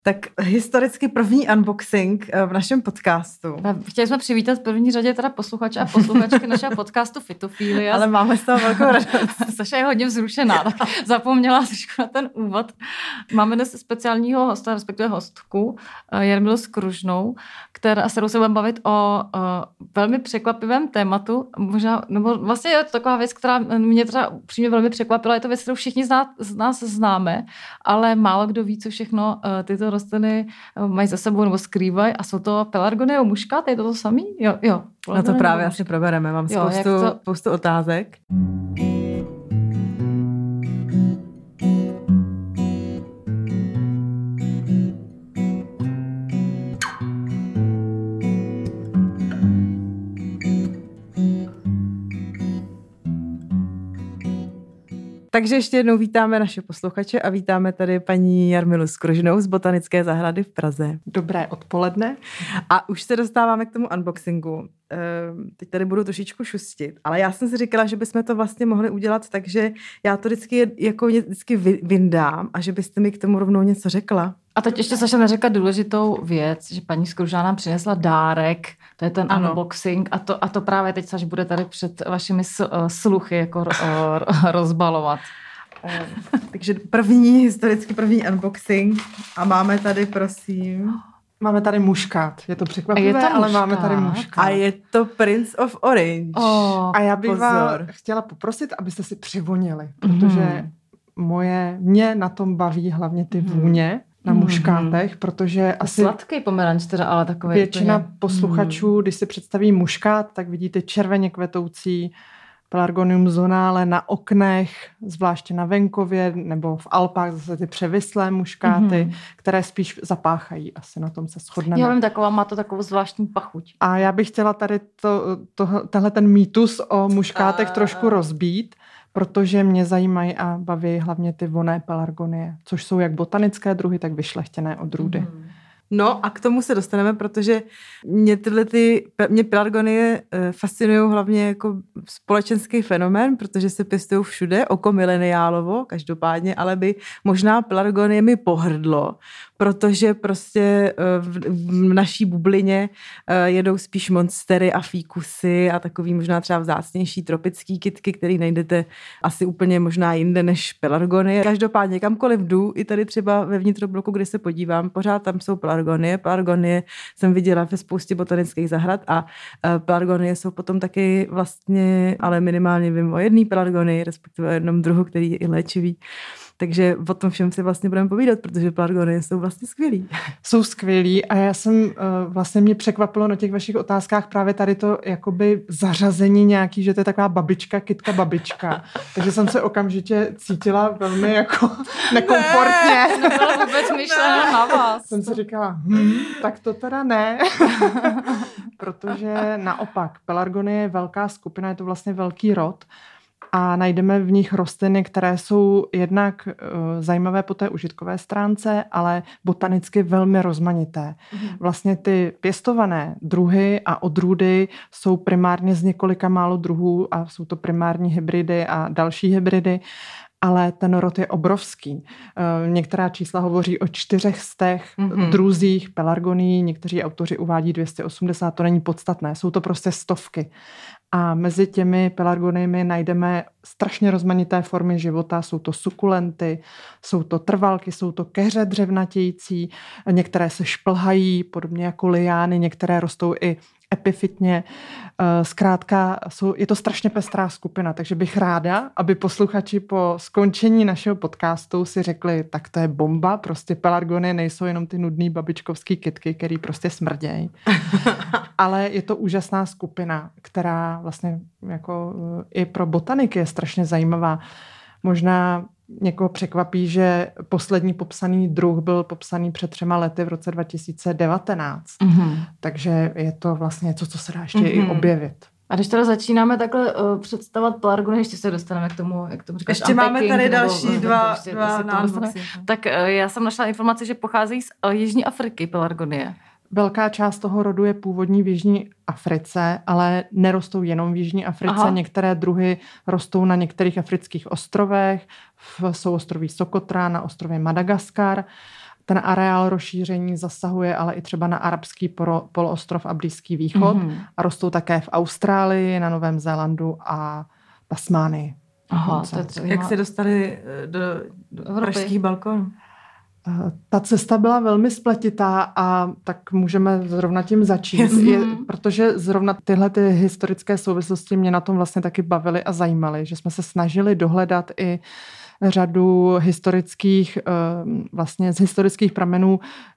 Tak historicky první unboxing v našem podcastu. Chtěli jsme přivítat v první řadě teda posluchače a posluchačky našeho podcastu Fitofília. Ale máme z toho velkou radost. Saša je hodně vzrušená, tak zapomněla trošku na ten úvod. Máme dnes speciálního hosta, respektive hostku, Jarmilu Skružnou, s kterou se budeme bavit o velmi překvapivém tématu. Možná, nebo vlastně je to taková věc, která mě teda upřímně velmi překvapila. Je to věc, kterou všichni z nás známe, ale málo kdo ví, co všechno tyto rostliny mají za sebou nebo skrývají, a jsou to pelargonie muškáty, je to samý? Jo. Na to právě asi probereme, mám spoustu otázek. Takže ještě jednou vítáme naše posluchače a vítáme tady paní Jarmilu Skružnou z Botanické zahrady v Praze. Dobré odpoledne. A už se dostáváme k tomu unboxingu. Teď tady budu trošičku šustit, ale já jsem si říkala, že bychom to vlastně mohli udělat, takže já to vždycky vyndám a že byste mi k tomu rovnou něco řekla. A teď ještě Saša neřekla důležitou věc, že paní Skružná nám přinesla dárek, to je ten unboxing, a to právě teď Saš bude tady před vašimi sluchy jako rozbalovat. Takže historicky první unboxing a máme tady, prosím... Máme tady muškát. Je to překvapivé, ale máme tady muškát. A je to Prince of Orange. A já bych vás chtěla poprosit, abyste si přivonili, protože mě na tom baví hlavně ty vůně na muškátech, protože asi sladký pomeranč teda, ale takový většina posluchačů, když si představí muškát, tak vidíte červeně kvetoucí Pelargonium zonale na oknech, zvláště na venkově nebo v Alpách zase ty převislé muškáty, které spíš zapáchají. Asi na tom se shodneme. Já vím, má to takovou zvláštní pachuť. A já bych chtěla tady tenhle ten mýtus o muškátech trošku rozbít, protože mě zajímají a baví hlavně ty vonné pelargonie, což jsou jak botanické druhy, tak vyšlechtěné odrůdy. No a k tomu se dostaneme, protože mě pelargonie fascinují hlavně jako společenský fenomén, protože se pěstují všude, oko mileniálovo, každopádně, ale by možná pelargonie mi pohrdlo, protože prostě v naší bublině jedou spíš monstery a fíkusy a takový možná třeba vzácnější tropický kytky, který najdete asi úplně možná jinde než pelargonie. Každopádně kamkoliv jdu, i tady třeba ve vnitrobloku, kde se podívám, pořád tam jsou pelargonie. Pelargonie jsem viděla ve spoustě botanických zahrad a pelargonie jsou potom taky vlastně, ale minimálně vím o jedné pelargonii, respektive o jednom druhu, který je i léčivý. Takže o tom všem si vlastně budeme povídat, protože pelargonie jsou vlastně skvělý. Jsou skvělí a já jsem vlastně mě překvapilo na těch vašich otázkách právě tady to jakoby zařazení nějaký, že to je taková babička, kytka babička. Takže jsem se okamžitě cítila velmi jako nekomfortně. Nebyla vůbec myšlená na vás. Jsem si říkala, tak to teda ne. Protože naopak, pelargonie je velká skupina, je to vlastně velký rod. A najdeme v nich rostliny, které jsou jednak zajímavé po té užitkové stránce, ale botanicky velmi rozmanité. Vlastně ty pěstované druhy a odrůdy jsou primárně z několika málo druhů a jsou to primární hybridy a další hybridy, ale ten rod je obrovský. Některá čísla hovoří o 400 druzích pelargonií, někteří autoři uvádí 280, to není podstatné, jsou to prostě stovky. A mezi těmi pelargoniemi najdeme strašně rozmanité formy života. Jsou to sukulenty, jsou to trvalky, jsou to keře dřevnatějící, některé se šplhají, podobně jako liány, některé rostou i epifitně. Zkrátka je to strašně pestrá skupina, takže bych ráda, aby posluchači po skončení našeho podcastu si řekli, tak to je bomba, prostě pelargonie nejsou jenom ty nudný babičkovský kytky, který prostě smrdějí. Ale je to úžasná skupina, která vlastně jako i pro botaniky je strašně zajímavá. Možná někoho překvapí, že poslední popsaný druh byl popsaný před 3 lety v roce 2019. Takže je to vlastně něco, co se dá ještě i objevit. A když teda začínáme takhle představovat pelargonie, ještě se dostaneme k tomu, jak tomu říkáš, ještě máme tady další dva tak já jsem našla informaci, že pocházejí z Jižní Afriky pelargonie. Velká část toho rodu je původní v Jižní Africe, ale nerostou jenom v Jižní Africe. Aha. Některé druhy rostou na některých afrických ostrovech, v souostroví Sokotra, na ostrově Madagaskar. Ten areál rozšíření zasahuje ale i třeba na arabský poloostrov a Blízký východ a rostou také v Austrálii, na Novém Zélandu a Tasmánii. Aha, jak se dostali do pražských balkonů? Ta cesta byla velmi spletitá a tak můžeme zrovna tím začít, protože zrovna tyhle ty historické souvislosti mě na tom vlastně taky bavily a zajímaly, že jsme se snažili dohledat i řadu historických, vlastně z historických pramenů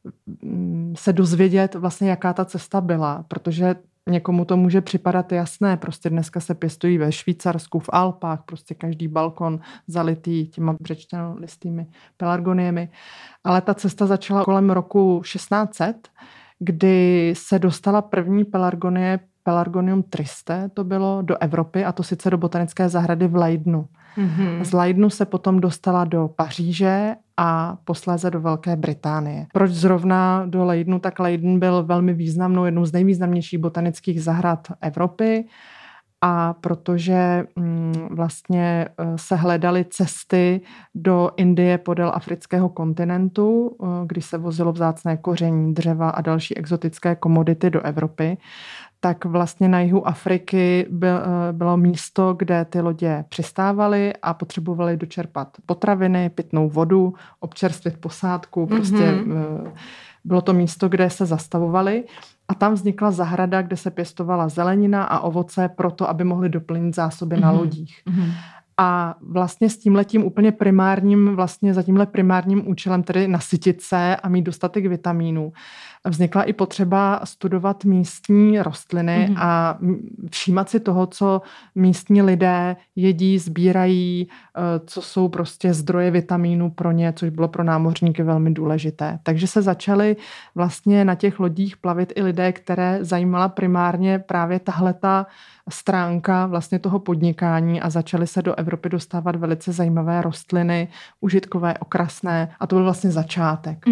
se dozvědět vlastně, jaká ta cesta byla, protože někomu to může připadat jasné, prostě dneska se pěstují ve Švýcarsku, v Alpách, prostě každý balkon zalitý těma břečťanolistými pelargoniemi. Ale ta cesta začala kolem roku 1600, kdy se dostala první pelargonie, Pelargonium triste, to bylo do Evropy, a to sice do botanické zahrady v Leidenu. Z Leidenu se potom dostala do Paříže a posléze do Velké Británie. Proč zrovna do Leidenu? Tak Leiden byl velmi významnou, jednou z nejvýznamnějších botanických zahrad Evropy, a protože vlastně se hledaly cesty do Indie podél afrického kontinentu, když se vozilo vzácné koření, dřeva a další exotické komodity do Evropy, tak vlastně na jihu Afriky bylo místo, kde ty lodě přistávaly a potřebovaly dočerpat potraviny, pitnou vodu, občerstvit posádku. Prostě bylo to místo, kde se zastavovali. A tam vznikla zahrada, kde se pěstovala zelenina a ovoce proto, aby mohli doplnit zásoby na lodích. A vlastně s tímhletím úplně primárním, vlastně za tímhle primárním účelem, tedy nasytit se a mít dostatek vitamínů, vznikla i potřeba studovat místní rostliny a všímat si toho, co místní lidé jedí, sbírají, co jsou prostě zdroje vitamínů pro ně, což bylo pro námořníky velmi důležité. Takže se začaly vlastně na těch lodích plavit i lidé, které zajímala primárně právě tahleta stránka vlastně toho podnikání, a začaly se do Evropy dostávat velice zajímavé rostliny, užitkové, okrasné, a to byl vlastně začátek.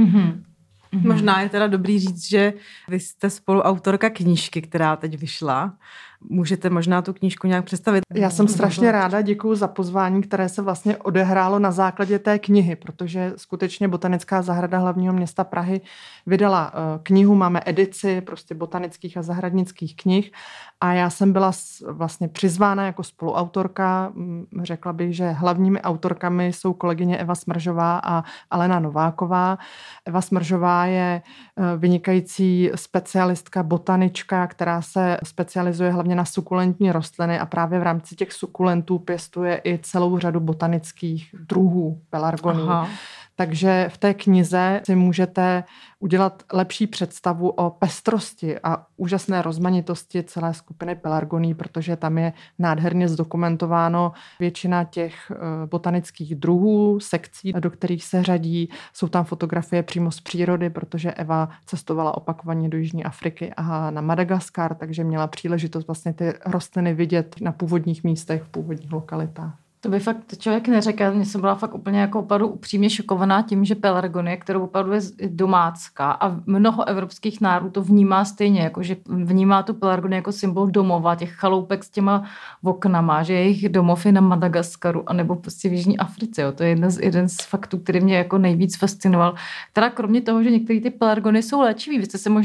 Možná je teda dobrý říct, že vy jste spoluautorka knížky, která teď vyšla. Můžete možná tu knížku nějak představit? Já jsem strašně ráda, děkuju za pozvání, které se vlastně odehrálo na základě té knihy, protože skutečně Botanická zahrada hlavního města Prahy vydala knihu, máme edici prostě botanických a zahradnických knih, a já jsem byla vlastně přizvána jako spoluautorka. Řekla bych, že hlavními autorkami jsou kolegyně Eva Smržová a Alena Nováková. Eva Smržová je vynikající specialistka, botanička, která se specializuje hlavně na sukulentní rostliny a právě v rámci těch sukulentů pěstuje i celou řadu botanických druhů pelargonii. Takže v té knize si můžete udělat lepší představu o pestrosti a úžasné rozmanitosti celé skupiny pelargonií, protože tam je nádherně zdokumentováno většina těch botanických druhů, sekcí, do kterých se řadí. Jsou tam fotografie přímo z přírody, protože Eva cestovala opakovaně do Jižní Afriky a na Madagaskar, takže měla příležitost vlastně ty rostliny vidět na původních místech, v původních lokalitách. To by fakt člověk neřekl, mě jsem byla fakt úplně jako opravdu upřímně šokovaná tím, že pelargonie, kterou opravdu je domácká a mnoho evropských národů to vnímá stejně, jako že vnímá tu pelargonii jako symbol domova, těch chaloupek s těma oknama, že jejich domov je na Madagaskaru anebo prostě v Jižní Africe. Jo. To je jeden z faktů, který mě jako nejvíc fascinoval. Teda kromě toho, že některé ty pelargonie jsou léčivý,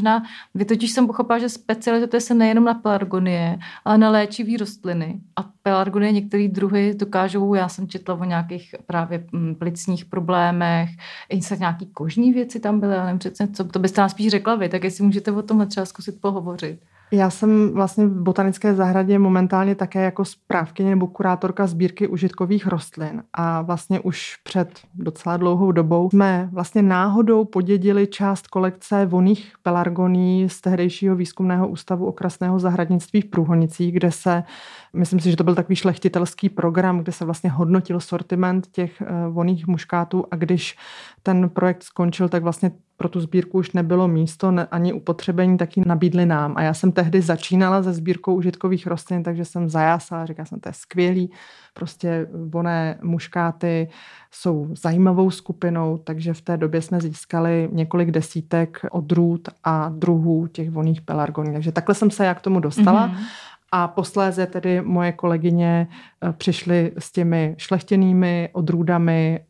vy totiž jsem pochopila, že specializujete se nejenom na pelargonie, ale na léčivý rostliny. A pelargonie některé druhy dokážou, já jsem četla o nějakých právě plicních problémech, i se nějaký kožní věci tam byly, ale nevím přece, co to byste nám spíš řekla vy, tak jestli můžete o tomhle třeba zkusit pohovořit. Já jsem vlastně v Botanické zahradě momentálně také jako správkyně nebo kurátorka sbírky užitkových rostlin, a vlastně už před docela dlouhou dobou jsme vlastně náhodou podědili část kolekce vonných pelargonií z tehdejšího výzkumného ústavu okrasného zahradnictví v Průhonicích, kde se, myslím si, že to byl takový šlechtitelský program, kde se vlastně hodnotil sortiment těch vonných muškátů, a když ten projekt skončil, tak vlastně pro tu sbírku už nebylo místo ani upotřebení, tak ji nabídli nám. A já jsem tehdy začínala se sbírkou užitkových rostlin, takže jsem zajásala, říkala jsem, to je skvělý. Prostě vonné muškáty jsou zajímavou skupinou, takže v té době jsme získali několik desítek odrůd a druhů těch vonných pelargoní. Takže takhle jsem se já k tomu dostala. A posléze tedy moje kolegyně přišly s těmi šlechtěnými odrůdami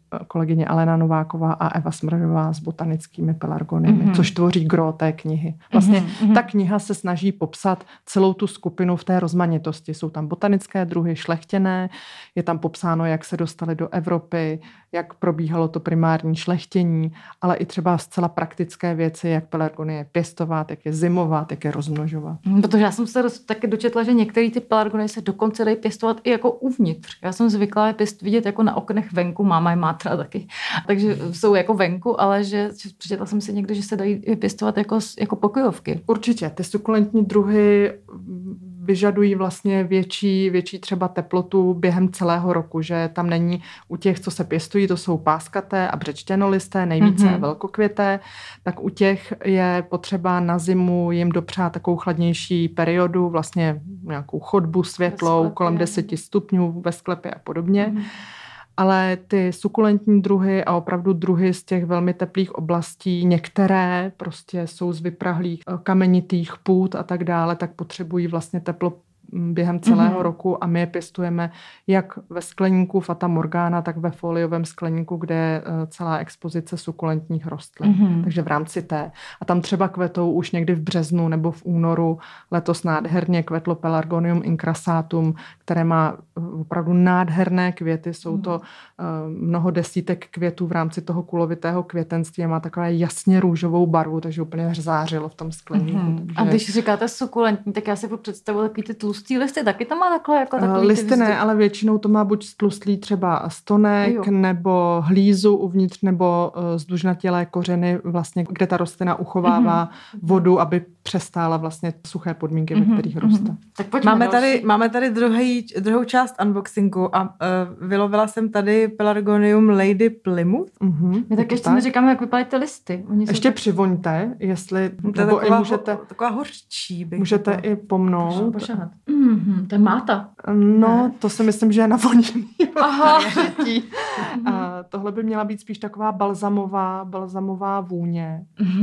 kolegyně Alena Nováková a Eva Smržová s botanickými pelargoniemi, což tvoří gro té knihy. Vlastně ta kniha se snaží popsat celou tu skupinu v té rozmanitosti. Jsou tam botanické druhy, šlechtěné, je tam popsáno, jak se dostali do Evropy, jak probíhalo to primární šlechtění, ale i třeba zcela praktické věci, jak pelargonie pěstovat, jak je zimovat, jak je rozmnožovat. Protože já jsem se taky dočetla, že některé ty pelargonie se dokonce dají pěstovat i jako uvnitř. Já jsem zvyklá je vidět jako na oknech venku, máma je má teda taky. Takže jsou jako venku, ale že přečetla jsem si někde, že se dají pěstovat jako pokojovky. Určitě. Ty sukulentní druhy vyžadují vlastně větší třeba teplotu během celého roku, že tam není u těch, co se pěstují, to jsou páskaté a břečtěnolisté, nejvíce velkokvěté, tak u těch je potřeba na zimu jim dopřát takovou chladnější periodu, vlastně nějakou chodbu světlou, kolem 10 stupňů ve sklepě a podobně. Ale ty sukulentní druhy a opravdu druhy z těch velmi teplých oblastí, některé prostě jsou z vyprahlých kamenitých půd a tak dále, tak potřebují vlastně teplo během celého roku a my je pěstujeme jak ve skleníku Fata Morgana, tak ve foliovém skleníku, kde je celá expozice sukulentních rostlin. Takže v rámci té. A tam třeba kvetou už někdy v březnu nebo v únoru. Letos nádherně kvetlo Pelargonium incrassatum, které má opravdu nádherné květy. Jsou to mnoho desítek květů v rámci toho kulovitého květenství a má takové jasně růžovou barvu, takže úplně zářilo v tom skleníku. Takže... A když říkáte sukulentní, tak já si představuji takový ty tlustý listy, taky to má takhle jako takový listy ne, ale většinou to má buď tlustlý třeba stonek, nebo hlízu uvnitř, nebo zdužnatělé kořeny, vlastně, kde ta rostlina uchovává vodu, aby přestála vlastně suché podmínky, ve kterých roste. Tak máme tady druhou část unboxingu a vylovila jsem tady Pelargonium Lady Plymouth. My tak ještě neříkáme, jak vypadají ty listy. Ještě přivoňte, jestli... To je taková hořčí. Můžete i pomnout. To je máta. No, to si myslím, že je na vonění. Tohle by měla být spíš taková balzamová vůně.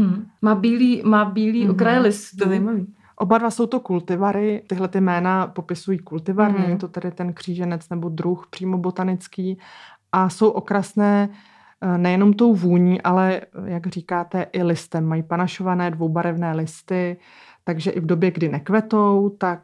Má bílý okraje listů. Oba dva jsou to kultivary. Tyhle ty jména popisují kultivar, není to tedy ten kříženec nebo druh přímo botanický. A jsou okrasné nejenom tou vůní, ale, jak říkáte, i listem. Mají panašované dvoubarevné listy, takže i v době, kdy nekvetou, tak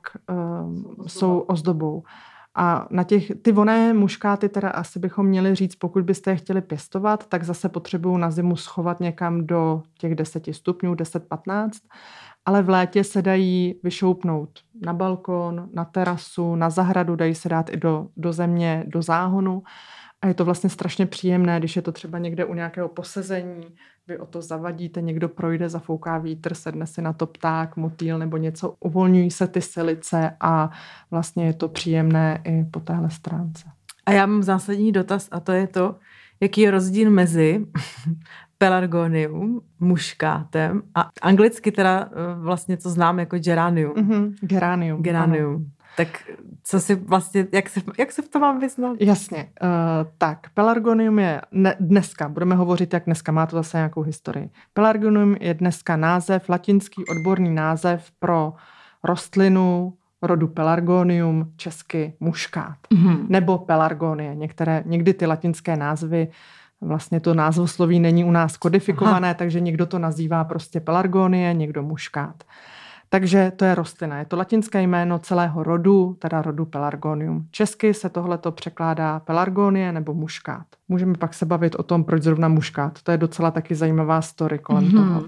jsou ozdobou. A na ty vonné muškáty teda asi bychom měli říct, pokud byste je chtěli pěstovat, tak zase potřebují na zimu schovat někam do těch 10 stupňů, 10-15, ale v létě se dají vyšoupnout na balkon, na terasu, na zahradu, dají se dát i do země, do záhonu. A je to vlastně strašně příjemné, když je to třeba někde u nějakého posezení, vy o to zavadíte, někdo projde, zafouká vítr, sedne si na to pták, motýl nebo něco, uvolňují se ty silice a vlastně je to příjemné i po téhle stránce. A já mám zásadní dotaz a to je to, jaký je rozdíl mezi Pelargonium, muškátem a anglicky teda vlastně co znám jako geranium. Geranium. Tak co si vlastně, jak se v tom mám vyznat? Jasně. Tak, Pelargonium je dneska, budeme hovořit, jak dneska, má to zase nějakou historii. Pelargonium je dneska název, latinský odborný název pro rostlinu rodu Pelargonium, česky muškát. Nebo pelargonie. Někdy ty latinské názvy, vlastně to názvosloví není u nás kodifikované, takže někdo to nazývá prostě pelargonie, někdo muškát. Takže to je rostlina. Je to latinské jméno celého rodu, teda rodu Pelargonium. Česky se tohleto překládá pelargonie nebo muškát. Můžeme pak se bavit o tom, proč zrovna muškát. To je docela taky zajímavá story kolem toho.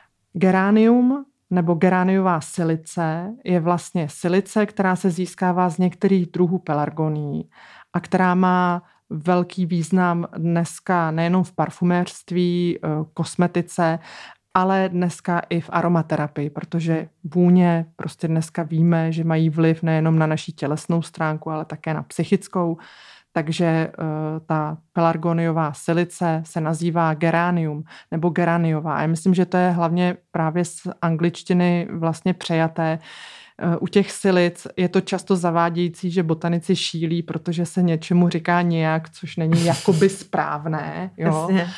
Geranium nebo geraniová silice je vlastně silice, která se získává z některých druhů pelargonií a která má velký význam dneska nejenom v parfuméřství, kosmetice, ale dneska i v aromaterapii, protože vůně prostě dneska víme, že mají vliv nejenom na naši tělesnou stránku, ale také na psychickou. Takže ta pelargoniová silice se nazývá geranium nebo geraniová. A já myslím, že to je hlavně právě z angličtiny vlastně přejaté. U těch silic je to často zavádějící, že botanici šílí, protože se něčemu říká nějak, což není jakoby správné. Jo?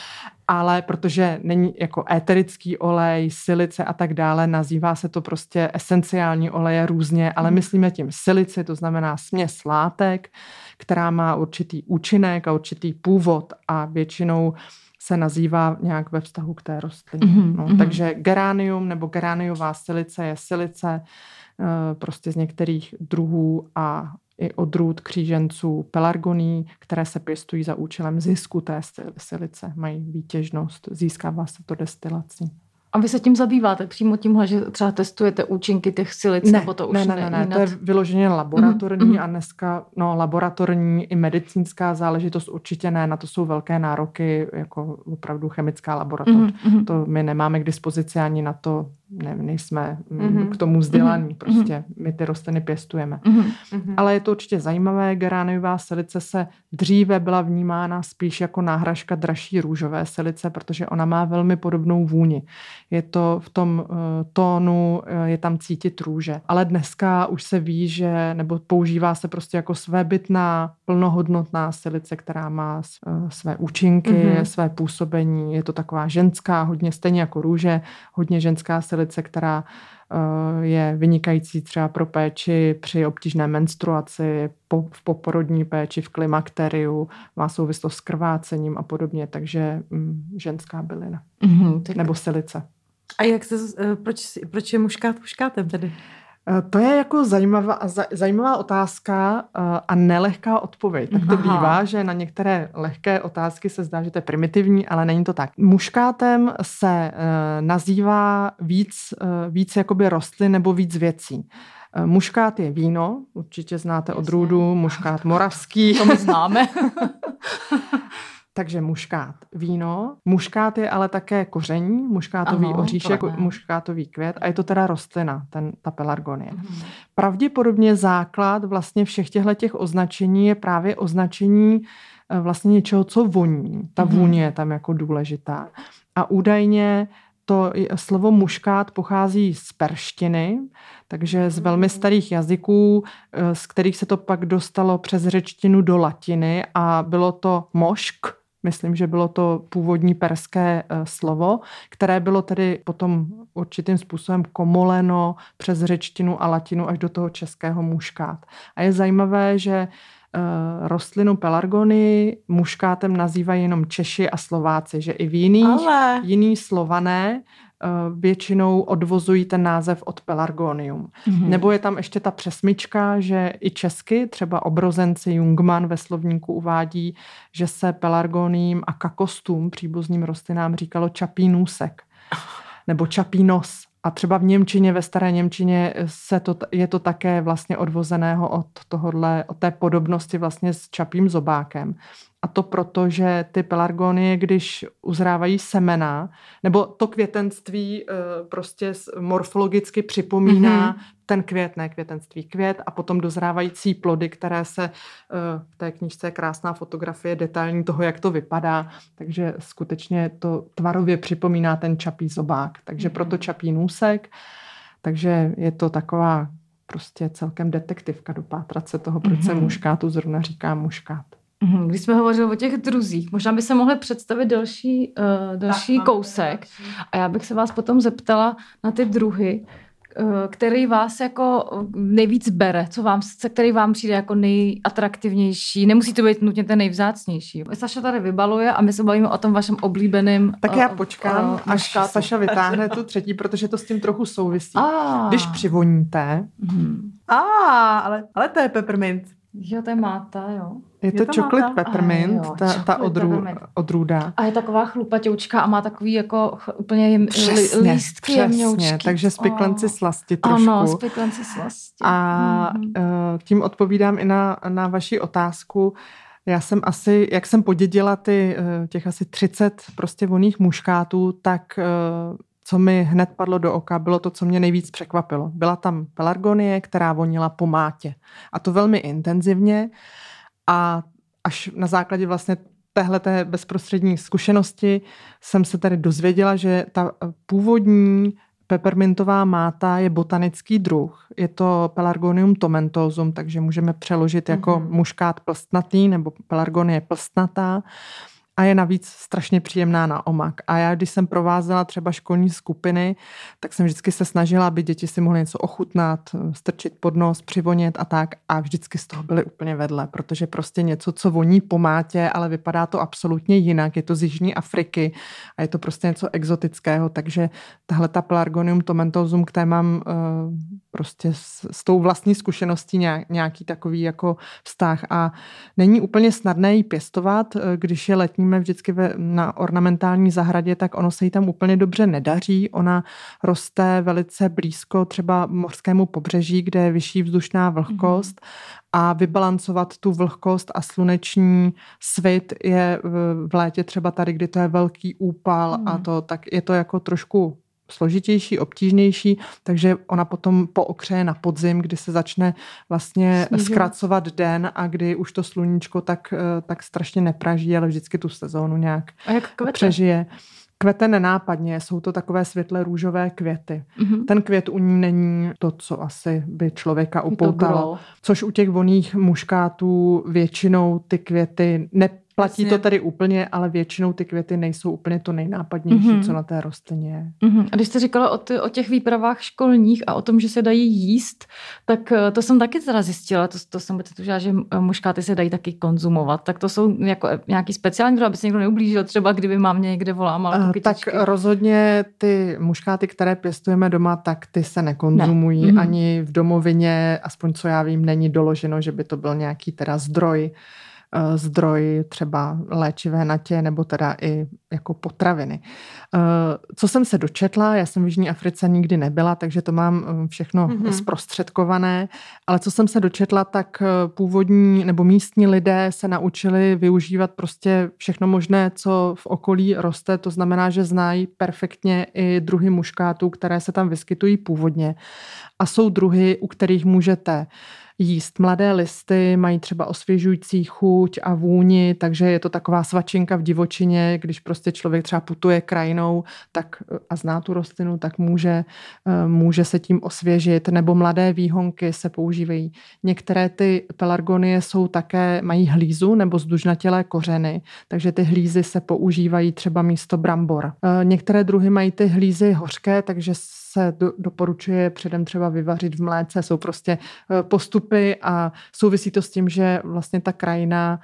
ale protože není jako éterický olej, silice a tak dále, nazývá se to prostě esenciální oleje různě, ale myslíme tím silici, to znamená směs látek, která má určitý účinek a určitý původ a většinou se nazývá nějak ve vztahu k té rostlině. Takže geranium nebo geraniová silice je silice prostě z některých druhů a i odrůd kříženců pelargoní, které se pěstují za účelem zisku té silice. Mají výtěžnost, získává se to destilací. A vy se tím zabýváte přímo tímhle, že třeba testujete účinky těch silic, nebo to už ne, to je vyloženě laboratorní a dneska laboratorní i medicínská záležitost určitě ne, na to jsou velké nároky, jako opravdu chemická laboratoř. To my nemáme k dispozici ani na to, nejsme k tomu vzdělaní, prostě my ty rostliny pěstujeme. Ale je to určitě zajímavé, geraniová silice se dříve byla vnímána spíš jako náhražka dražší růžové silice, protože ona má velmi podobnou vůni. Je to v tom tónu, je tam cítit růže. Ale dneska už se ví, že, nebo používá se prostě jako svébytná, plnohodnotná silice, která má své účinky, své působení. Je to taková ženská, hodně stejně jako růže, hodně ženská silice, která je vynikající třeba pro péči při obtížné menstruaci, v poporodní péči, v klimakteriu, má souvislost s krvácením a podobně, takže ženská bylina. Nebo silice. A jak se, proč je muškát muškátem tedy? To je jako zajímavá otázka a nelehká odpověď. Tak to bývá, že na některé lehké otázky se zdá, že to je primitivní, ale není to tak. Muškátem se nazývá víc jakoby rostlin nebo víc věcí. Muškát je víno, určitě znáte odrůdu, muškát moravský. To my známe. Takže muškát, víno. Muškát je ale také koření, muškátový oříšek, muškátový květ a je to teda rostlina, ta pelargonie. Pravděpodobně základ vlastně všech těch označení je právě označení vlastně něčeho, co voní. Ta vůně je tam jako důležitá. A údajně to slovo muškát pochází z perštiny, takže z velmi starých jazyků, z kterých se to pak dostalo přes řečtinu do latiny a bylo to mošk. Myslím, že bylo to původní perské slovo, které bylo tedy potom určitým způsobem komoleno přes řečtinu a latinu až do toho českého muškát. A je zajímavé, že rostlinu pelargonii muškátem nazývají jenom Češi a Slováci, že i v jiný Slované většinou odvozují ten název od pelargonium. Nebo je tam ještě ta přesmička, že i česky, třeba obrozenci Jungmann ve slovníku uvádí, že se pelargoniím a kakostům, příbuzným rostlinám, říkalo čapí nůsek nebo čapí nos. A třeba v němčině, ve staré němčině je to také vlastně odvozeného od té podobnosti vlastně s čapím zobákem. A to proto, že ty pelargonie, když uzrávají semena, nebo to květenství prostě morfologicky připomíná ten květ, ne květenství, květ a potom dozrávající plody, které se v té knížce je krásná fotografie detailní toho, jak to vypadá, takže skutečně to tvarově připomíná ten čapí zobák, takže proto čapí nůsek, takže je to taková prostě celkem detektivka dopátrat se toho, proč se muškátu zrovna říká muškát. Když jsme hovořili o těch druzích, možná by se mohli představit další kousek a já bych se vás potom zeptala na ty druhy, který vás jako nejvíc bere, který vám přijde jako nejatraktivnější. Nemusí to být nutně ten nejvzácnější. Saša tady vybaluje a my se bavíme o tom vašem oblíbeném. Tak já počkám, až Saša vytáhne tu třetí, protože to s tím trochu souvisí. Když přivoníte. Ale to je peppermint. Jo, to je máta, jo. Je to chocolate peppermint, ta odrůda. A je taková chlupatoučka a má takový jako úplně lístky jemňoučky. Přesně, takže spiklenci slasti trošku. Ano, spiklenci slasti. A tím odpovídám i na vaši otázku. Já jsem jak jsem podědila těch asi 30 prostě vonných muškátů, tak co mi hned padlo do oka, bylo to, co mě nejvíc překvapilo. Byla tam pelargonie, která vonila po mátě. A to velmi intenzivně. A až na základě vlastně téhleté bezprostřední zkušenosti jsem se tady dozvěděla, že ta původní peppermintová máta je botanický druh. Je to Pelargonium tomentosum, takže můžeme přeložit jako muškát plstnatý nebo pelargonie plstnatá. a je navíc strašně příjemná na omak. A já, když jsem provázela třeba školní skupiny, tak jsem vždycky se snažila, aby děti si mohly něco ochutnat, strčit pod nos, přivonět a tak. A vždycky z toho byly úplně vedle, protože prostě něco, co voní po mátě, ale vypadá to absolutně jinak. Je to z Jižní Afriky a je to prostě něco exotického. Takže tahle ta Pelargonium tomentosum, které mám prostě s tou vlastní zkušeností nějaký takový jako vztah. A není úplně snadné ji pěstovat, když je letníme vždycky na ornamentální zahradě, tak ono se jí tam úplně dobře nedaří. Ona roste velice blízko třeba mořskému pobřeží, kde je vyšší vzdušná vlhkost a vybalancovat tu vlhkost a sluneční svit je v létě třeba tady, kdy to je velký úpal a to, tak je to jako trošku složitější, obtížnější, takže ona potom pookřeje na podzim, kdy se začne vlastně zkracovat den a kdy už to sluníčko tak strašně nepraží, ale vždycky tu sezónu nějak přežije. Kvete nenápadně, jsou to takové světle růžové květy. Ten květ u ní není to, co asi by člověka upoutalo. Což u těch vonných muškátů většinou ty květy platí to tady úplně, ale většinou ty květy nejsou úplně to nejnápadnější, co na té rostlině je. A když jste říkala o těch výpravách školních a o tom, že se dají jíst, tak to jsem taky teda zjistila. To jsem tušila, že muškáty se dají taky konzumovat. Tak to jsou jako nějaký speciální druh, aby se někdo neublížil, třeba kdyby mámě někde volámal kytičky. Tak rozhodně ty muškáty, které pěstujeme doma, tak ty se nekonzumují. Ani v domovině, aspoň co já vím, není doloženo, že by to byl nějaký teda zdroj třeba léčivé natě nebo teda i jako potraviny. Co jsem se dočetla, já jsem v Jižní Africe nikdy nebyla, takže to mám všechno zprostředkované, ale co jsem se dočetla, tak původní nebo místní lidé se naučili využívat prostě všechno možné, co v okolí roste, to znamená, že znají perfektně i druhy muškátů, které se tam vyskytují původně a jsou druhy, u kterých můžete jíst mladé listy, mají třeba osvěžující chuť a vůni, takže je to taková svačinka v divočině, když prostě člověk třeba putuje krajinou tak, a zná tu rostlinu, tak může se tím osvěžit, nebo mladé výhonky se používají. Některé ty pelargonie mají hlízu nebo zdužnatělé kořeny, takže ty hlízy se používají třeba místo brambor. Některé druhy mají ty hlízy hořké, takže se doporučuje předem třeba vyvařit v mléce, jsou prostě postupy a souvisí to s tím, že vlastně ta krajina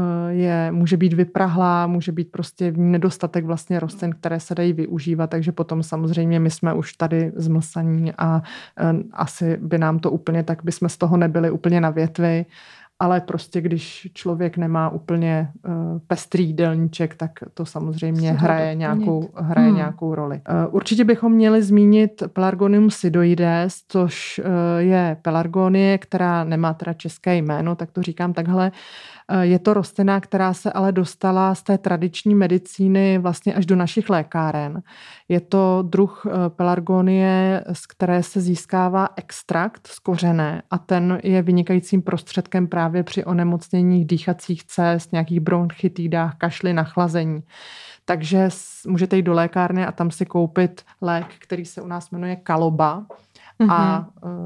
může být vyprahlá, může být prostě v ní nedostatek vlastně rostlin, které se dají využívat, takže potom samozřejmě my jsme už tady zmlsaní a asi by nám to úplně, tak bychom z toho nebyli úplně na větvi, ale prostě když člověk nemá úplně pestrý jídelníček, tak to samozřejmě hraje nějakou roli. Určitě bychom měli zmínit Pelargonium sidoides, což je pelargonie, která nemá teda české jméno, tak to říkám takhle. Je to rostlina, která se ale dostala z té tradiční medicíny vlastně až do našich lékáren. Je to druh pelargonie, z které se získává extrakt z kořene a ten je vynikajícím prostředkem právě při onemocněních dýchacích cest, nějakých bronchitidách, kašli, nachlazení. Takže můžete jít do lékárny a tam si koupit lék, který se u nás jmenuje Kaloba. A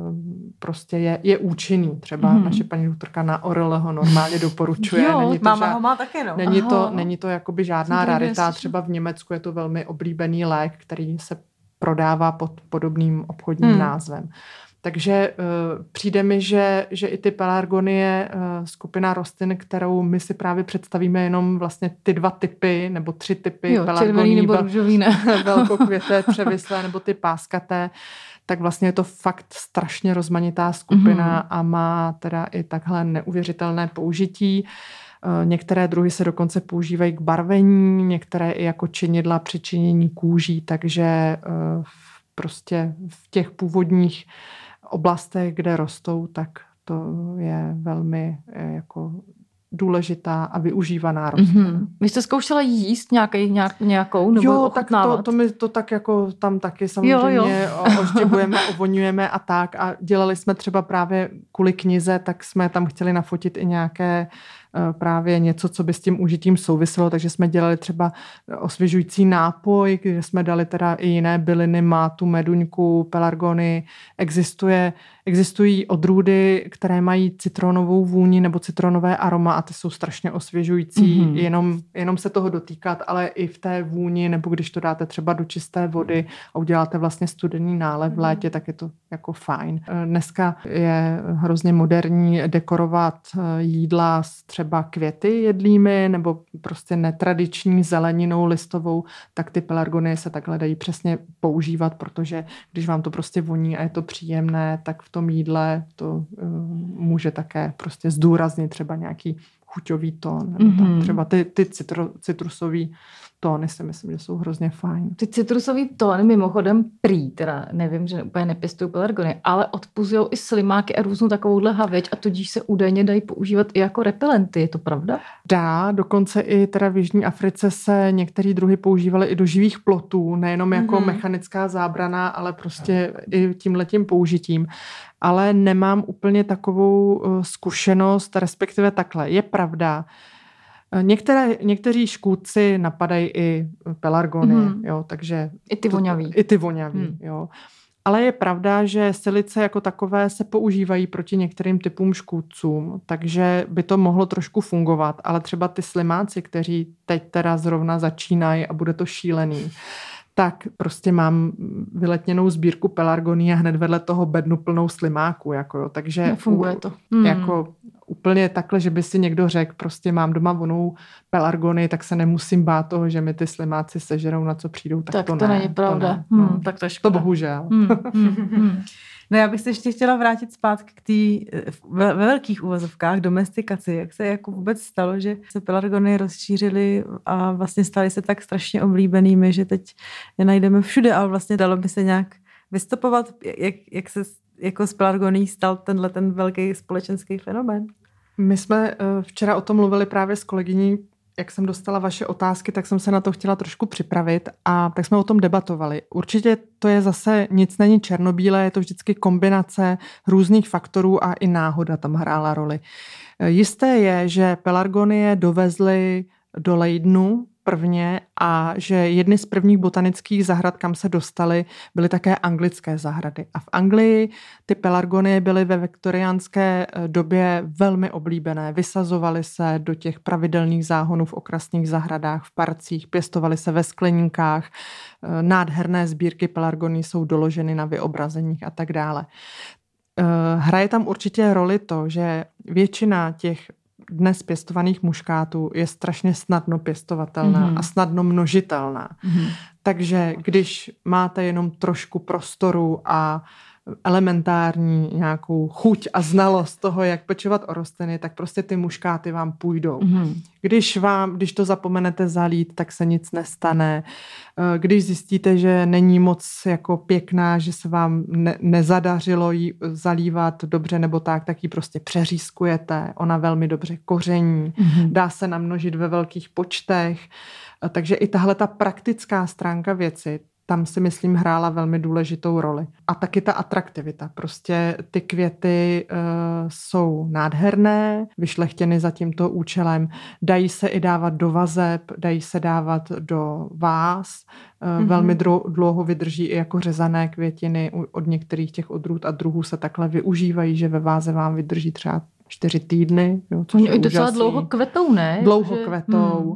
prostě je účinný. Třeba naše paní doktorka na Orle ho normálně doporučuje. Máma ho má taky, no. Není to jakoby žádná rarita. Třeba v Německu je to velmi oblíbený lék, který se prodává pod podobným obchodním názvem. Takže přijde mi, že i ty pelargonie, skupina rostlin, kterou my si právě představíme jenom vlastně ty 2 typy nebo 3 typy pelargoní, nebo růžový, ne? Velkokvěté, převislé nebo ty páskaté, tak vlastně je to fakt strašně rozmanitá skupina a má teda i takhle neuvěřitelné použití. Některé druhy se dokonce používají k barvení, některé i jako činidla při činění kůží, takže prostě v těch původních oblastech, kde rostou, tak to je velmi jako důležitá a využívaná rostlina. Vy jste zkoušela jíst nějakou nebo ochutnávat? To tak jako tam taky samozřejmě oštěbujeme, ovoňujeme a tak a dělali jsme třeba právě kvůli knize, tak jsme tam chtěli nafotit i nějaké právě něco, co by s tím užitím souviselo, takže jsme dělali třeba osvěžující nápoj, kde jsme dali teda i jiné byliny, mátu, meduňku, pelargony. Existují odrůdy, které mají citronovou vůni nebo citronové aroma a ty jsou strašně osvěžující, jenom se toho dotýkat, ale i v té vůni, nebo když to dáte třeba do čisté vody a uděláte vlastně studený nálev v létě, tak je to jako fajn. Dneska je hrozně moderní dekorovat jídla s třeba květy jedlými nebo prostě netradiční zeleninou listovou, tak ty pelargonie se takhle dají přesně používat, protože když vám to prostě voní a je to příjemné, tak v tom jídle to může také prostě zdůraznit třeba nějaký chuťový tón. Nebo třeba ty citrusový tóny si myslím, že jsou hrozně fajn. Ty citrusový tóny mimochodem prý, teda nevím, že úplně nepěstují pelargony, ale odpuzujou i slimáky a různou takovouhle havěť a tudíž se údajně dají používat i jako repelenty. Je to pravda? Dá, dokonce i teda v Jižní Africe se některé druhy používaly i do živých plotů, nejenom jako mechanická zábrana, ale prostě i tímhletím použitím. Ale nemám úplně takovou zkušenost, respektive takhle. Je pravda, někteří škůdci napadají i pelargony, jo, takže... I ty voňavý. Jo. Ale je pravda, že silice jako takové se používají proti některým typům škůdcům, takže by to mohlo trošku fungovat, ale třeba ty slimáci, kteří teď teda zrovna začínají a bude to šílený, tak prostě mám vyletněnou sbírku pelargoní a hned vedle toho bednu plnou slimáků. Jako jo. Takže nefunguje to. Jako úplně takhle, že by si někdo řekl, prostě mám doma vonou pelargony, tak se nemusím bát toho, že mi ty slimáci sežerou, na co přijdou. Tak to není pravda. Tak to je škoda. To bohužel. No já bych se ještě chtěla vrátit zpátky k té ve velkých uvozovkách domestikaci. Jak se jako vůbec stalo, že se pelargony rozšířily a vlastně staly se tak strašně oblíbenými, že teď je najdeme všude a vlastně dalo by se nějak vystopovat, jak se jako z pelargoní stal ten velký společenský fenomén. My jsme včera o tom mluvili právě s kolegyní, jak jsem dostala vaše otázky, tak jsem se na to chtěla trošku připravit a tak jsme o tom debatovali. Určitě to je zase nic není černobílé, je to vždycky kombinace různých faktorů a i náhoda tam hrála roli. Jisté je, že pelargonie dovezly do Leidenu prvně a že jedny z prvních botanických zahrad, kam se dostaly, byly také anglické zahrady. A v Anglii ty pelargonie byly ve viktoriánské době velmi oblíbené. Vysazovaly se do těch pravidelných záhonů v okrasných zahradách, v parcích, pěstovaly se ve skleníkách. Nádherné sbírky pelargoní jsou doloženy na vyobrazeních a tak dále. Hraje tam určitě roli to, že většina těch dnes pěstovaných muškátů je strašně snadno pěstovatelná a snadno množitelná. Takže když máte jenom trošku prostoru a elementární nějakou chuť a znalost toho, jak pečovat o rostliny, tak prostě ty muškáty vám půjdou. Když to zapomenete zalít, tak se nic nestane. Když zjistíte, že není moc jako pěkná, že se vám nezadařilo ji zalívat dobře nebo tak ji prostě přeřízkujete. Ona velmi dobře koření. Dá se namnožit ve velkých počtech. Takže i tahle ta praktická stránka věci, tam si myslím hrála velmi důležitou roli. A taky ta atraktivita. Prostě ty květy jsou nádherné, vyšlechtěny za tímto účelem. Dají se i dávat do vazeb, dají se dávat do váz. Velmi dlouho vydrží i jako řezané květiny. Od některých těch odrůd a druhů se takhle využívají, že ve váze vám vydrží třeba 4 týdny. Jo, což oni docela dlouho kvetou, ne? Dlouho kvetou.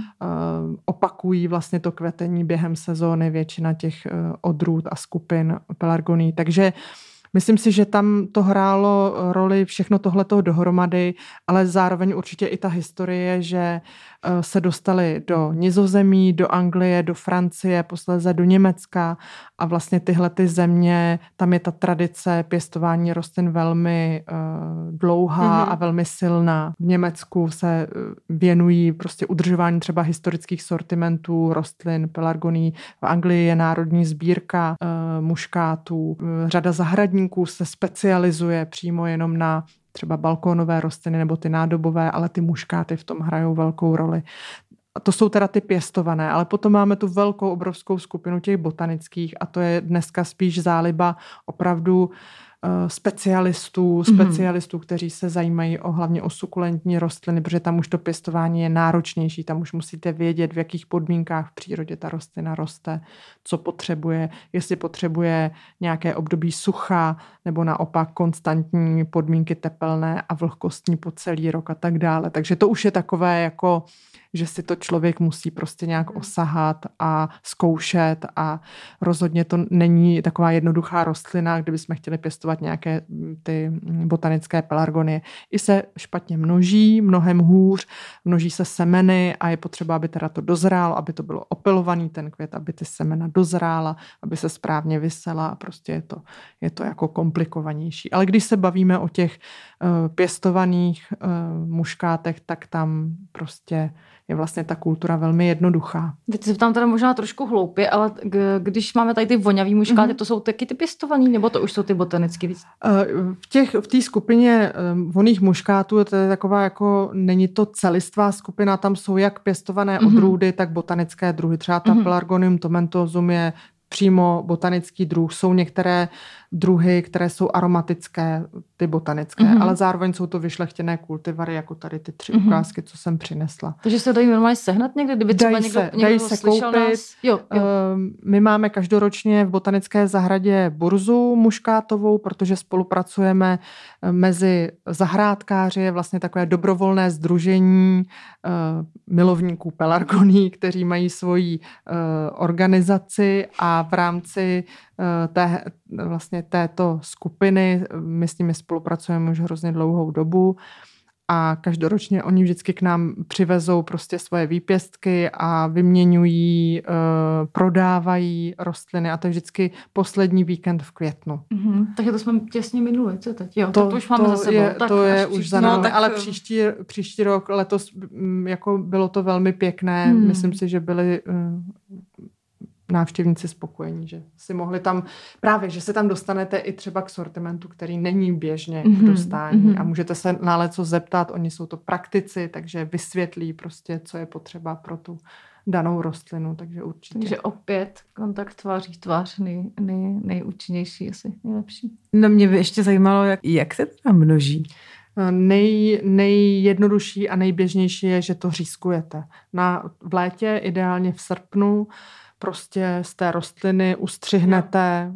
Opakují vlastně to kvetení během sezóny většina těch odrůd a skupin pelargoní. Takže myslím si, že tam to hrálo roli všechno tohleto dohromady, ale zároveň určitě i ta historie, že se dostali do Nizozemí, do Anglie, do Francie, posléze do Německa a vlastně tyhle ty země, tam je ta tradice pěstování rostlin velmi dlouhá a velmi silná. V Německu se věnují prostě udržování třeba historických sortimentů rostlin, pelargoní. V Anglii je národní sbírka muškátů. Řada zahradníků se specializuje přímo jenom na třeba balkónové rostliny nebo ty nádobové, ale ty muškáty v tom hrajou velkou roli. A to jsou teda ty pěstované, ale potom máme tu velkou, obrovskou skupinu těch botanických a to je dneska spíš záliba opravdu specialistů, kteří se zajímají hlavně o sukulentní rostliny, protože tam už to pěstování je náročnější, tam už musíte vědět, v jakých podmínkách v přírodě ta rostlina roste, co potřebuje, jestli potřebuje nějaké období sucha, nebo naopak konstantní podmínky tepelné a vlhkostní po celý rok a tak dále. Takže to už je takové jako, že si to člověk musí prostě nějak osahat a zkoušet a rozhodně to není taková jednoduchá rostlina, kdybychom chtěli pěstovat nějaké ty botanické pelargonie. I se špatně množí, mnohem hůř, množí se semeny a je potřeba, aby teda to dozrálo, aby to bylo opilovaný ten květ, aby ty semena dozrála, aby se správně visela a prostě je to jako komplikovanější. Ale když se bavíme o těch pěstovaných muškátech, tak tam prostě je vlastně ta kultura velmi jednoduchá. Teď se ptám teda možná trošku hloupě, ale když máme tady ty voňavý muškáty, to jsou taky ty pěstovaný, nebo to už jsou ty botanický? V té skupině vonných muškátů to je taková jako, není to celistvá skupina, tam jsou jak pěstované odrůdy, tak botanické druhy. Třeba ta Pelargonium tomentosum je přímo botanický druh. Jsou některé druhy, které jsou aromatické, ty botanické, ale zároveň jsou to vyšlechtěné kultivary, jako tady ty 3 ukázky, co jsem přinesla. Takže se dají normálně sehnat někde, kdyby třeba někdo se koupit. Nás? Jo. My máme každoročně v botanické zahradě burzu muškátovou, protože spolupracujeme mezi zahrádkáři, je vlastně takové dobrovolné sdružení milovníků pelargonií, kteří mají svoji organizaci a v rámci této skupiny my s nimi spolupracujeme už hrozně dlouhou dobu a každoročně oni vždycky k nám přivezou prostě svoje výpěstky a vyměňují, prodávají rostliny a to je vždycky poslední víkend v květnu. Takže to jsme těsně minuli, co teď? Jo, to už máme za sebou. To je už za námi, ale příští rok, letos jako bylo to velmi pěkné. Myslím si, že byli návštěvníci spokojení, že si mohli tam, právě, že se tam dostanete i třeba k sortimentu, který není běžně k dostání a můžete se na leco zeptat, oni jsou to praktici, takže vysvětlí prostě, co je potřeba pro tu danou rostlinu, takže určitě. Takže opět kontakt tváří v tvář nejúčinnější, asi nejlepší. No mě by ještě zajímalo, jak se to tam množí. Nejjednodušší a nejběžnější je, že to řízkujete. V létě, ideálně v srpnu, prostě z té rostliny ustřihnete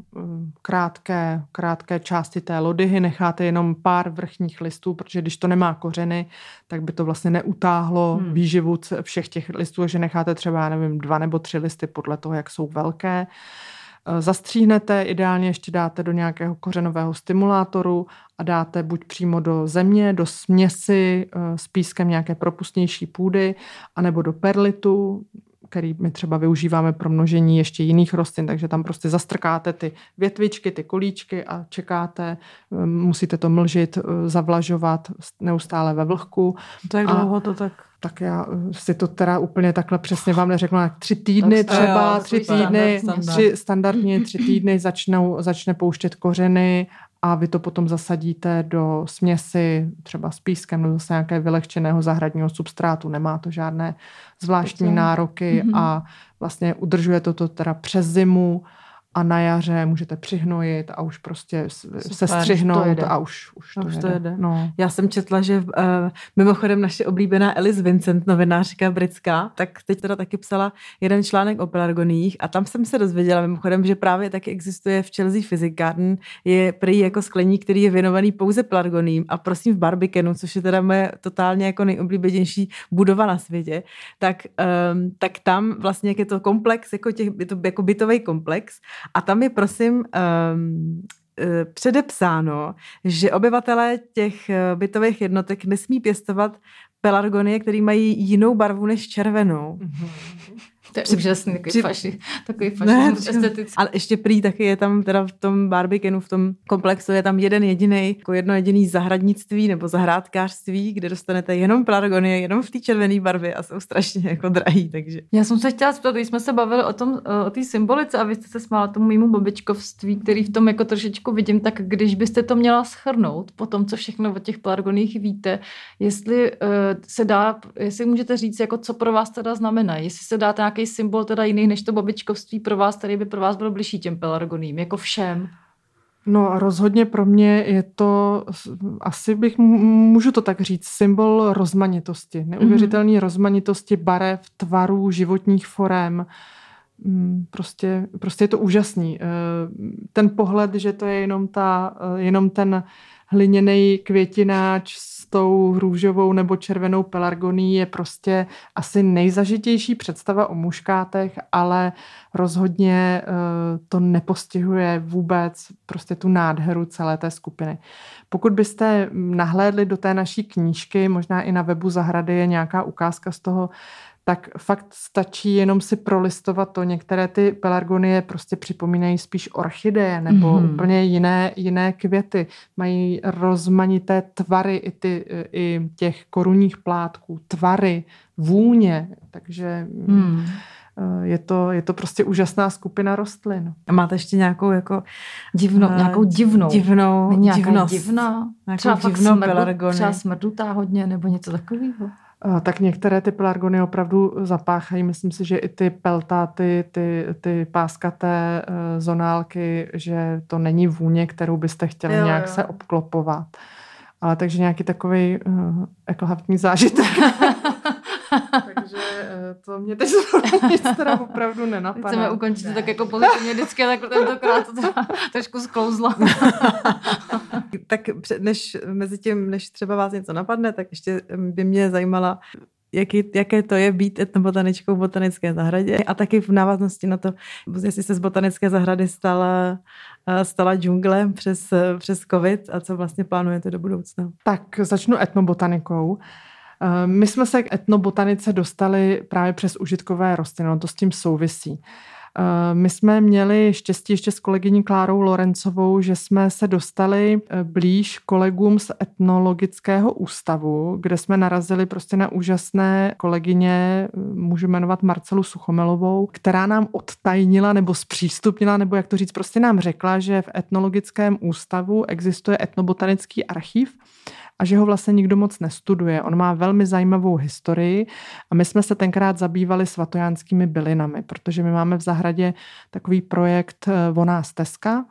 krátké části té lodyhy, necháte jenom pár vrchních listů, protože když to nemá kořeny, tak by to vlastně neutáhlo výživu všech těch listů, že necháte třeba, 2 nebo 3 listy podle toho, jak jsou velké. Zastříhnete, ideálně ještě dáte do nějakého kořenového stimulátoru a dáte buď přímo do země, do směsi s pískem nějaké propustnější půdy, anebo do perlitu, který my třeba využíváme pro množení ještě jiných rostlin, takže tam prostě zastrkáte ty větvičky, ty kolíčky a čekáte, musíte to mlžit, zavlažovat neustále ve vlhku. Tak dlouho to tak... Tak já si to teda úplně takhle přesně vám neřeknu, jak 3 týdny třeba, 3 týdny, standardně 3 týdny začne pouštět kořeny a vy to potom zasadíte do směsi třeba s pískem nebo zase nějaké vylehčeného zahradního substrátu. Nemá to žádné zvláštní nároky a vlastně udržuje to teda přes zimu a na jaře můžete přihnojit a už prostě se střihnout a už to jede. No. Já jsem četla, že mimochodem naše oblíbená Alice Vincent, novinářka britská, tak teď teda taky psala jeden článek o pelargoniích a tam jsem se dozvěděla mimochodem, že právě taky existuje v Chelsea Physic Garden, je prý jako skleník, který je věnovaný pouze pelargoniím a prosím v Barbicanu, což je teda moje totálně jako nejoblíbenější budova na světě, tak tam vlastně jak je to komplex, je to jako bytový komplex a tam je prosím předepsáno, že obyvatelé těch bytových jednotek nesmí pěstovat pelargonie, které mají jinou barvu než červenou. To je úžasný, takový fašismus estetický. Ale ještě prý taky je tam teda v tom Barbicanu, v tom komplexu je tam jedno jediný zahradnictví nebo zahrádkářství, kde dostanete jenom pelargonie, jenom v té červené barvě a jsou strašně jako drahý, takže. Já jsem se chtěla zeptat, když jsme se bavili o té symbolice a vy jste se smála tomu mému babičkovství, který v tom jako trošičku vidím, tak když byste to měla shrnout po tom, co všechno o těch pelargoniích víte, jestli můžete říct, jako co pro vás teda znamená, jestli se dá nějaký symbol teda jiný než to babičkovství pro vás, který by pro vás byl bližší těm pelargoním, jako všem? No rozhodně pro mě je to, asi můžu to tak říct, symbol rozmanitosti. Neuvěřitelné rozmanitosti barev, tvarů, životních forem. Prostě je to úžasný. Ten pohled, že to je jenom ten hliněný květináč s tou růžovou nebo červenou pelargoní je prostě asi nejzažitější představa o muškátech, ale rozhodně to nepostihuje vůbec prostě tu nádheru celé té skupiny. Pokud byste nahlédli do té naší knížky, možná i na webu zahrady je nějaká ukázka z toho, tak fakt stačí jenom si prolistovat to. Některé ty pelargonie prostě připomínají spíš orchideje nebo úplně jiné květy. Mají rozmanité tvary i těch korunních plátků, tvary, vůně. Takže je to prostě úžasná skupina rostlin. A máte ještě nějakou jako nějakou divnou divnost. Divná. Třeba smrdutá hodně nebo něco takového. Tak některé ty pelargonie opravdu zapáchají. Myslím si, že i ty peltáty, ty páskaté zonálky, že to není vůně, kterou byste chtěli nějak se obklopovat. Ale takže nějaký takový ekologický zážitek. Takže to mě teď nic teda opravdu nenapadá. Chceme ukončit to tak jako pozitivně vždycky, tak tentokrát to trošku sklouzlo. Tak než třeba vás něco napadne, tak ještě by mě zajímala, jaké to je být etnobotaničkou v botanické zahradě a taky v návaznosti na to, jestli se z botanické zahrady stala džungle přes covid a co vlastně plánujete do budoucna. Tak začnu etnobotanikou. My jsme se k etnobotanice dostali právě přes užitkové rostliny, to s tím souvisí. My jsme měli štěstí ještě s kolegyní Klárou Lorencovou, že jsme se dostali blíž kolegům z etnologického ústavu, kde jsme narazili prostě na úžasné kolegyně, můžu jmenovat Marcelu Suchomelovou, která nám odtajnila nebo zpřístupnila, nebo jak to říct, prostě nám řekla, že v etnologickém ústavu existuje etnobotanický archiv, a že ho vlastně nikdo moc nestuduje. On má velmi zajímavou historii a my jsme se tenkrát zabývali svatojánskými bylinami, protože my máme v zahradě takový projekt Vonná stezka,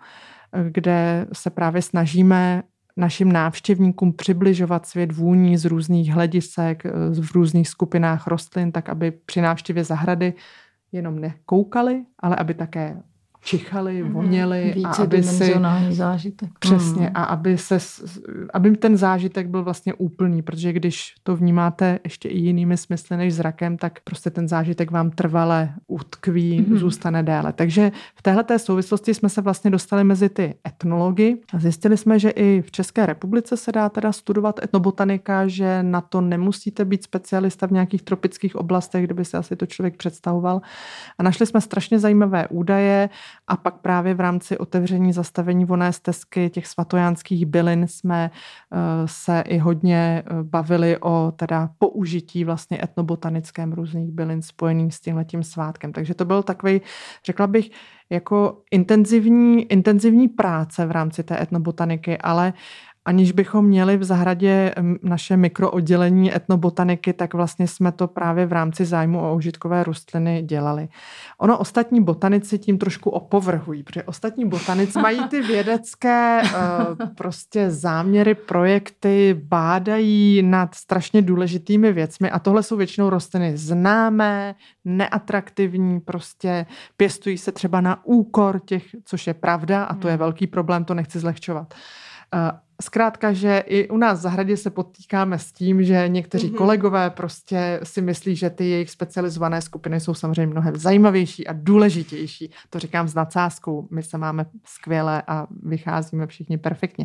kde se právě snažíme našim návštěvníkům přibližovat svět vůní z různých hledisek, v různých skupinách rostlin, tak aby při návštěvě zahrady jenom nekoukali, ale aby také čichali, voněli a aby si zážitek. Přesně a aby ten zážitek byl vlastně úplný, protože když to vnímáte ještě i jinými smysly než zrakem, tak prostě ten zážitek vám trvale utkví, zůstane déle. Takže v téhleté souvislosti jsme se vlastně dostali mezi ty etnology a zjistili jsme, že i v České republice se dá teda studovat etnobotanika, že na to nemusíte být specialista v nějakých tropických oblastech, kde by se asi to člověk představoval. A našli jsme strašně zajímavé údaje. A pak právě v rámci otevření zastavení Vonné stezky těch svatojánských bylin jsme se i hodně bavili o teda použití vlastně etnobotanickém různých bylin spojených s tímhletím svátkem. Takže to byl takový, řekla bych, jako intenzivní práce v rámci té etnobotaniky, ale aniž bychom měli v zahradě naše mikrooddělení etnobotaniky, tak vlastně jsme to právě v rámci zájmu o užitkové rostliny dělali. Ono ostatní botanici tím trošku opovrhují, protože ostatní botanici mají ty vědecké prostě záměry, projekty, bádají nad strašně důležitými věcmi a tohle jsou většinou rostliny známé, neatraktivní, prostě pěstují se třeba na úkor těch, což je pravda a to je velký problém, to nechci zlehčovat. Zkrátka, že i u nás v zahradě se potýkáme s tím, že někteří kolegové prostě si myslí, že ty jejich specializované skupiny jsou samozřejmě mnohem zajímavější a důležitější. To říkám s nadsázkou. My se máme skvěle a vycházíme všichni perfektně.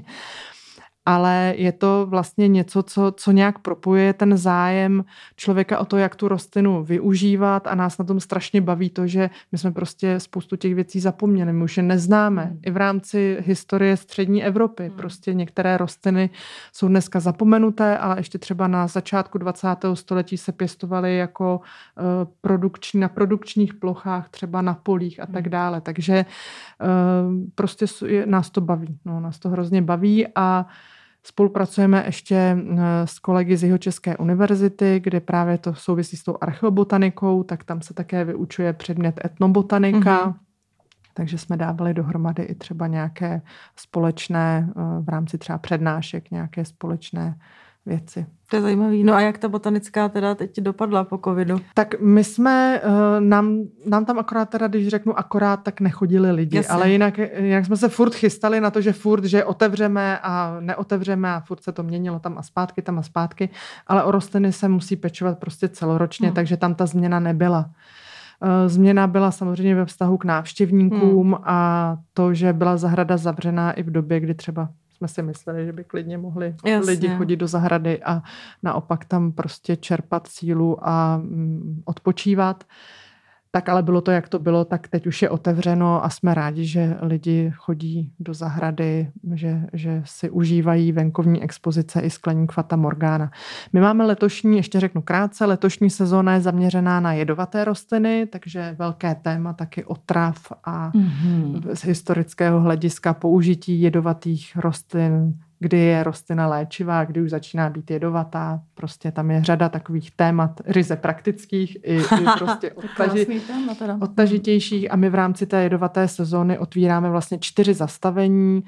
Ale je to vlastně něco, co nějak propojuje ten zájem člověka o to, jak tu rostlinu využívat a nás na tom strašně baví to, že my jsme prostě spoustu těch věcí zapomněli, my už je neznáme. I v rámci historie střední Evropy. Prostě některé rostliny jsou dneska zapomenuté, ale ještě třeba na začátku 20. století se pěstovaly jako na produkčních plochách, třeba na polích a tak dále. Takže prostě nás to baví. No, nás to hrozně baví a spolupracujeme ještě s kolegy z Jihočeské univerzity, kde právě to souvisí s tou archeobotanikou, tak tam se také vyučuje předmět etnobotanika. Takže jsme dávali dohromady i třeba nějaké společné, v rámci třeba přednášek, nějaké společné věci. To je zajímavý. No a jak ta botanická teda teď dopadla po covidu? Tak my jsme, nám tam akorát teda, když řeknu akorát, tak nechodili lidi. Jasně. Ale jinak jsme se furt chystali na to, že otevřeme a neotevřeme a furt se to měnilo tam a zpátky. Ale o rostliny se musí pečovat prostě celoročně, takže tam ta změna nebyla. Změna byla samozřejmě ve vztahu k návštěvníkům a to, že byla zahrada zavřená i v době, kdy třeba jsme si mysleli, že by klidně mohli lidi chodit do zahrady a naopak tam prostě čerpat sílu a odpočívat. Tak ale bylo to, jak to bylo, tak teď už je otevřeno a jsme rádi, že lidi chodí do zahrady, že si užívají venkovní expozice i skleník Fata Morgana. My máme ještě řeknu krátce, letošní sezóna je zaměřená na jedovaté rostliny, takže velké téma taky otrav a z historického hlediska použití jedovatých rostlin, kdy je rostlina léčivá, kdy už začíná být jedovatá. Prostě tam je řada takových témat ryze praktických i prostě odtažitějších. A my v rámci té jedovaté sezóny otvíráme vlastně 4 zastavení.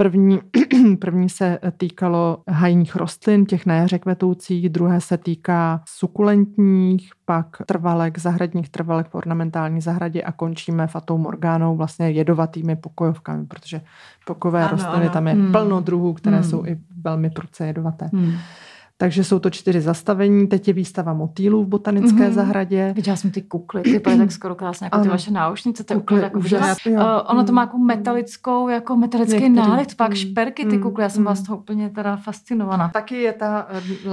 První se týkalo hajních rostlin, těch na jaře kvetoucích, druhé se týká sukulentních, pak zahradních trvalek v ornamentální zahradě a končíme Fatou Morganou, vlastně jedovatými pokojovkami, protože pokojové rostliny tam je plno druhů, které jsou i velmi prudce jedovaté. Takže jsou to 4 zastavení. Teď je výstava motýlů v botanické zahradě. Viděla jsem ty kukly, ty byly tak skoro krásně, jako ty vaše náušnice. To kukly, jako ono to má jako metalický nálit, pak šperky ty kukly. Já jsem byla z toho úplně teda fascinovaná. Taky je ta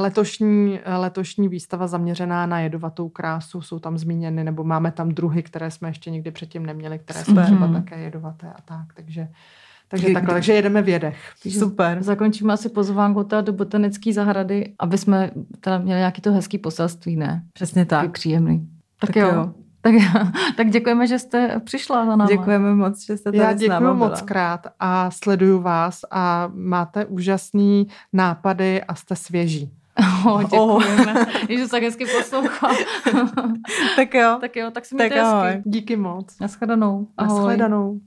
letošní výstava zaměřená na jedovatou krásu. Jsou tam zmíněny, nebo máme tam druhy, které jsme ještě nikdy předtím neměli, které jsou třeba také jedovaté a tak. Takže jedeme v jedech. Super. Zakončíme asi pozvánku do botanické zahrady, aby jsme teda měli nějaký to hezký poselství, ne? Přesně tak. Příjemný. Tak jo. Tak děkujeme, že jste přišla za náma. Děkujeme moc, že jste tady s náma byla. Já děkuju moc krát a sleduju vás a máte úžasný nápady a jste svěží. Děkujeme. Ježiš, tak hezky poslouchám. Tak jo. Tak se mějte hezky. Díky moc. Nashledanou. Nashledanou.